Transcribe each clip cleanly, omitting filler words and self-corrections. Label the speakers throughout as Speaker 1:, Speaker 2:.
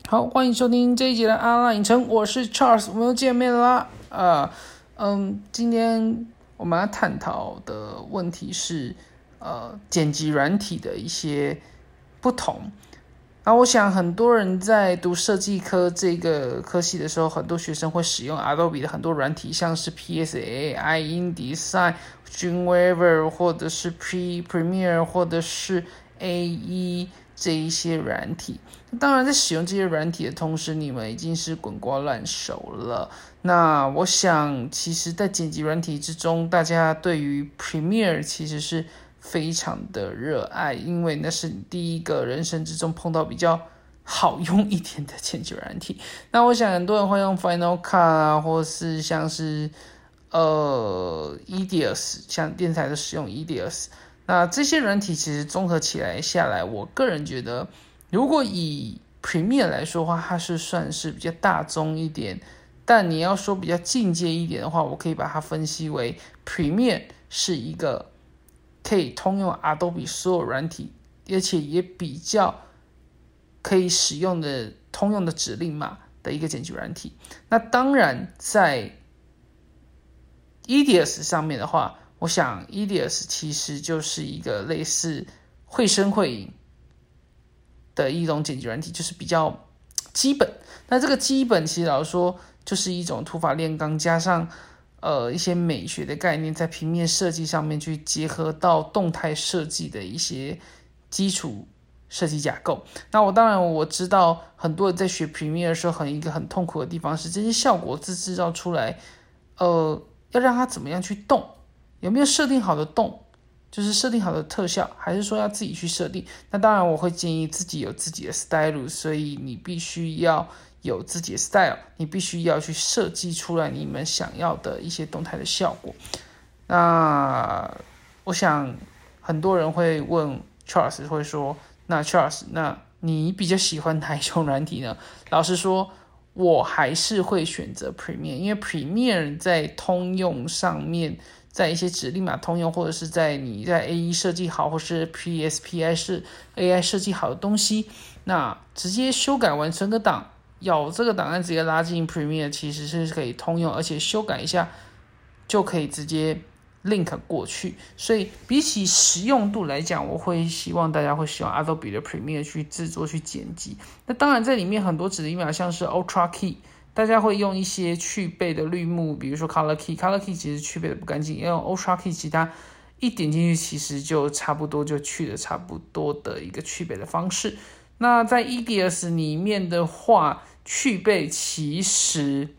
Speaker 1: 好，欢迎收听这一集的阿拉影城，我是 Charles， 我们又见面啦。今天我们要探讨的问题是剪辑软体的一些不同。我想很多人在读设计科这个科系的时候，很多学生会使用 Adobe 的很多软体，像是 PSA、InDesign、Dreamweaver 或者是 Premiere 或者是 AE 这一些软体。当然在使用这些软体的同时，你们已经是滚瓜烂熟了。那我想其实在剪辑软体之中，大家对于 Premiere 其实是非常的热爱，因为那是你第一个人生之中碰到比较好用一点的剪辑软体。那我想很多人会用 Final Cut 啊，或是像是EDS， 像电台的使用 EDS。那这些软体其实综合起来下来，我个人觉得，如果以 Premiere 来说的话，它是算是比较大众一点。但你要说比较进阶一点的话，我可以把它分析为 Premiere 是一个可以通用 Adobe 所有软体，而且也比较可以使用的通用的指令码的一个剪辑软体。那当然在 EDS 上面的话，我想 EDS 其实就是一个类似绘声绘影的一种剪辑软体，就是比较基本。那这个基本其实老实说就是一种土法炼钢，加上一些美学的概念，在平面设计上面去结合到动态设计的一些基础设计架构。那我知道很多人在学 Premiere 的时候，一个很痛苦的地方是这些效果字制造出来，要让它怎么样去动，有没有设定好的动，就是设定好的特效，还是说要自己去设定？那当然我会建议自己有自己的 style， 所以你必须要有自己的 style， 你必须要去设计出来你们想要的一些动态的效果。那我想很多人会问 Charles， 会说，那 Charles， 那你比较喜欢哪一种软体呢？老实说，我还是会选择 Premiere， 因为 Premiere 在通用上面，在一些指令码通用，或者是在你在 AE 设计好，或是 PSPI 是 AI 设计好的东西，那直接修改完成个档，要这个档案直接拉进 Premiere， 其实是可以通用，而且修改一下就可以直接 link 过去。所以比起实用度来讲，我会希望大家会使用 Adobe 的 Premiere 去制作去剪辑。那当然在里面很多指令码像是 Ultra Key， 大家会用一些去背的绿幕，比如说 Color Key 其实去背的不干净，因为 Ultra Key 其他一点进去其实就差不多就去了差不多的一个去背的方式。那在 EDS 里面的话，去背其实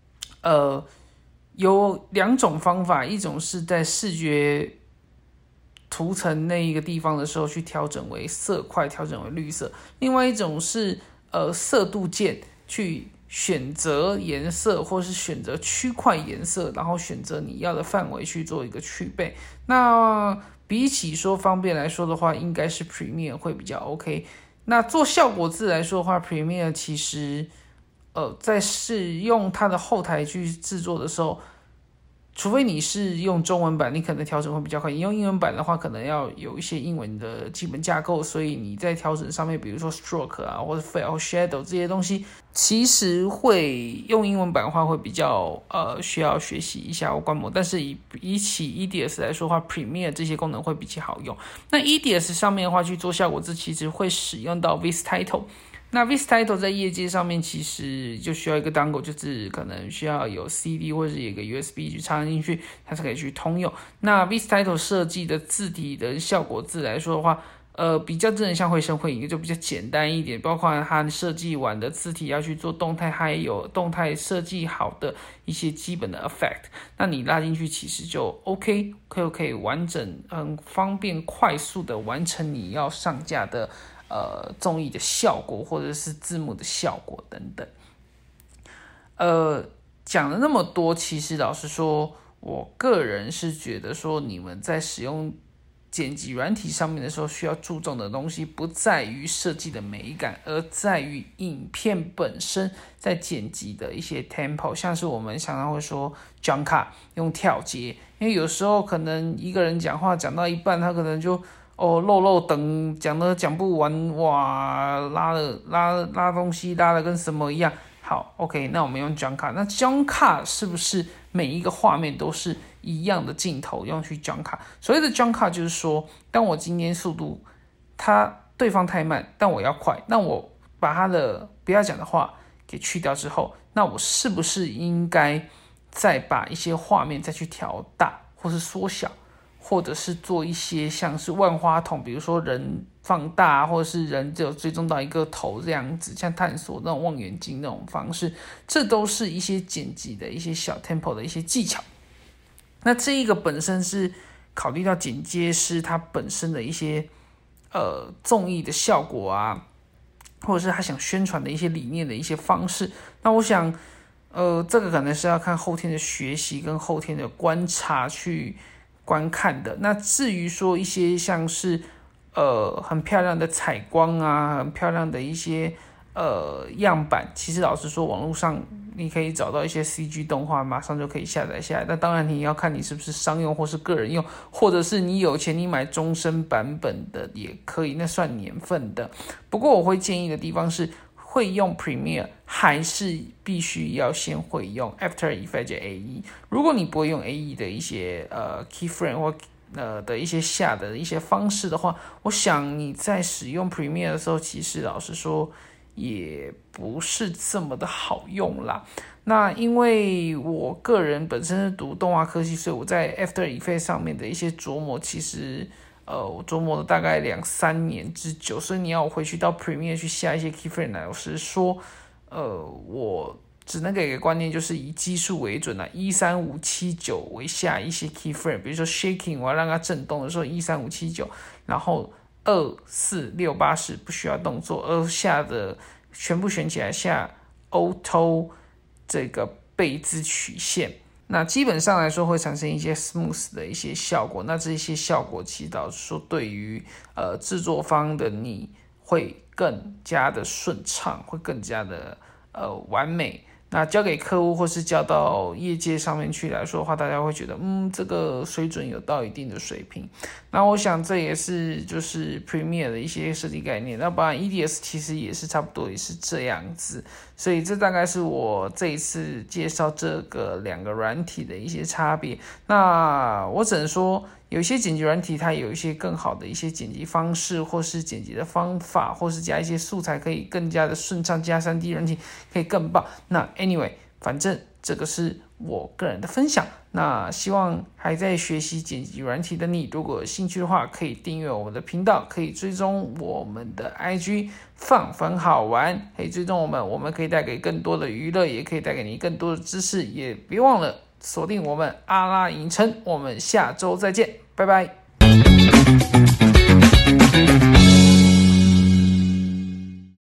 Speaker 1: 有两种方法，一种是在视觉图层那一个地方的时候去调整为色块，调整为绿色；另外一种是色度键去选择颜色，或是选择区块颜色，然后选择你要的范围去做一个去背。那比起说方便来说的话，应该是 Premiere 会比较 OK。那做效果字来说的话， Premiere 其实在使用它的后台去制作的时候，除非你是用中文版，你可能调整会比较快。你用英文版的话，可能要有一些英文的基本架构，所以你在调整上面，比如说 stroke 啊，或者 fill shadow 这些东西，其实会用英文版的话会比较需要学习一下观摩。但是比起 EDS 来说的话， Premiere 这些功能会比较好用。那 EDS 上面的话去做效果字，其实会使用到 VizTitle。那 VizTitle 在业界上面其实就需要一个 dongle， 就是可能需要有 CD 或者是有一个 USB 去插进去，它才可以去通用。那 VizTitle 设计的字体的效果字来说的话，比较真的像绘声绘影，就比较简单一点。包括它设计完的字体要去做动态，还有动态设计好的一些基本的 effect， 那你拉进去其实就 OK， 可以完整、很方便、快速的完成你要上架的综艺的效果，或者是字幕的效果等等。讲了那么多，其实老实说，我个人是觉得说，你们在使用剪辑软体上面的时候，需要注重的东西不在于设计的美感，而在于影片本身在剪辑的一些 tempo， 像是我们常常会说 jump cut 用跳接，因为有时候可能一个人讲话讲到一半，他可能就漏等讲都讲不完，哇，拉东西拉的跟什么一样。好 ，OK， 那我们用 jump cut， 那 jump cut 是不是每一个画面都是一样的镜头用去 jump cut？ 所谓的 jump cut 就是说，当我今天速度对方太慢，但我要快，那我把他的不要讲的话给去掉之后，那我是不是应该再把一些画面再去调大，或是缩小，或者是做一些像是万花筒，比如说人放大，或者是人只有追踪到一个头这样子，像探索那种望远镜那种方式，这都是一些剪辑的一些小 tempo 的一些技巧。那这一个本身是考虑到剪接师他本身的一些综艺的效果啊，或者是他想宣传的一些理念的一些方式。那我想这个可能是要看后天的学习跟后天的观察去观看的。那至于说一些像是很漂亮的采光啊，很漂亮的一些样板，其实老实说网络上你可以找到一些 CG 动画，马上就可以下载下来。但当然你要看你是不是商用或是个人用，或者是你有钱你买终身版本的也可以，那算年份的。不过我会建议的地方是，会用 Premiere 还是必须要先会用 After Effects AE。如果你不会用 AE 的一些keyframe 或的一些下的一些方式的话，我想你在使用 Premiere 的时候，其实老实说也不是这么的好用啦。那因为我个人本身是读动画科技，所以我在 After Effects 上面的一些琢磨，其实我琢磨了大概2-3年之久，所以你要我回去到 Premiere 去下一些 keyframe 来，老实说我只能给个观念，就是以基数为准啦，13579为下一些 keyframe， 比如说 shaking， 我要让它震动的时候13579，然后24680不需要动作，而下的全部选起来下 auto 这个倍兹曲线，那基本上来说会产生一些 smooth 的一些效果。那这些效果其实老实说对于制作方的你会更加的顺畅，会更加的完美。那交给客户或是交到业界上面去来说的话，大家会觉得这个水准有到一定的水平。那我想这也是就是 Premiere 的一些设计概念，那不然 EDS 其实也是差不多也是这样子。所以这大概是我这一次介绍这个2个软体的一些差别。那我只能说有一些剪辑软体它有一些更好的一些剪辑方式，或是剪辑的方法，或是加一些素材可以更加的顺畅，加 3D 软体可以更棒。那 anyway， 反正这个是我个人的分享。那希望还在学习剪辑软体的你，如果有兴趣的话，可以订阅我们的频道，可以追踪我们的 IG 放粉好玩，可以追踪我们可以带给更多的娱乐，也可以带给你更多的知识，也别忘了锁定我们阿拉影城，我们下周再见，拜拜。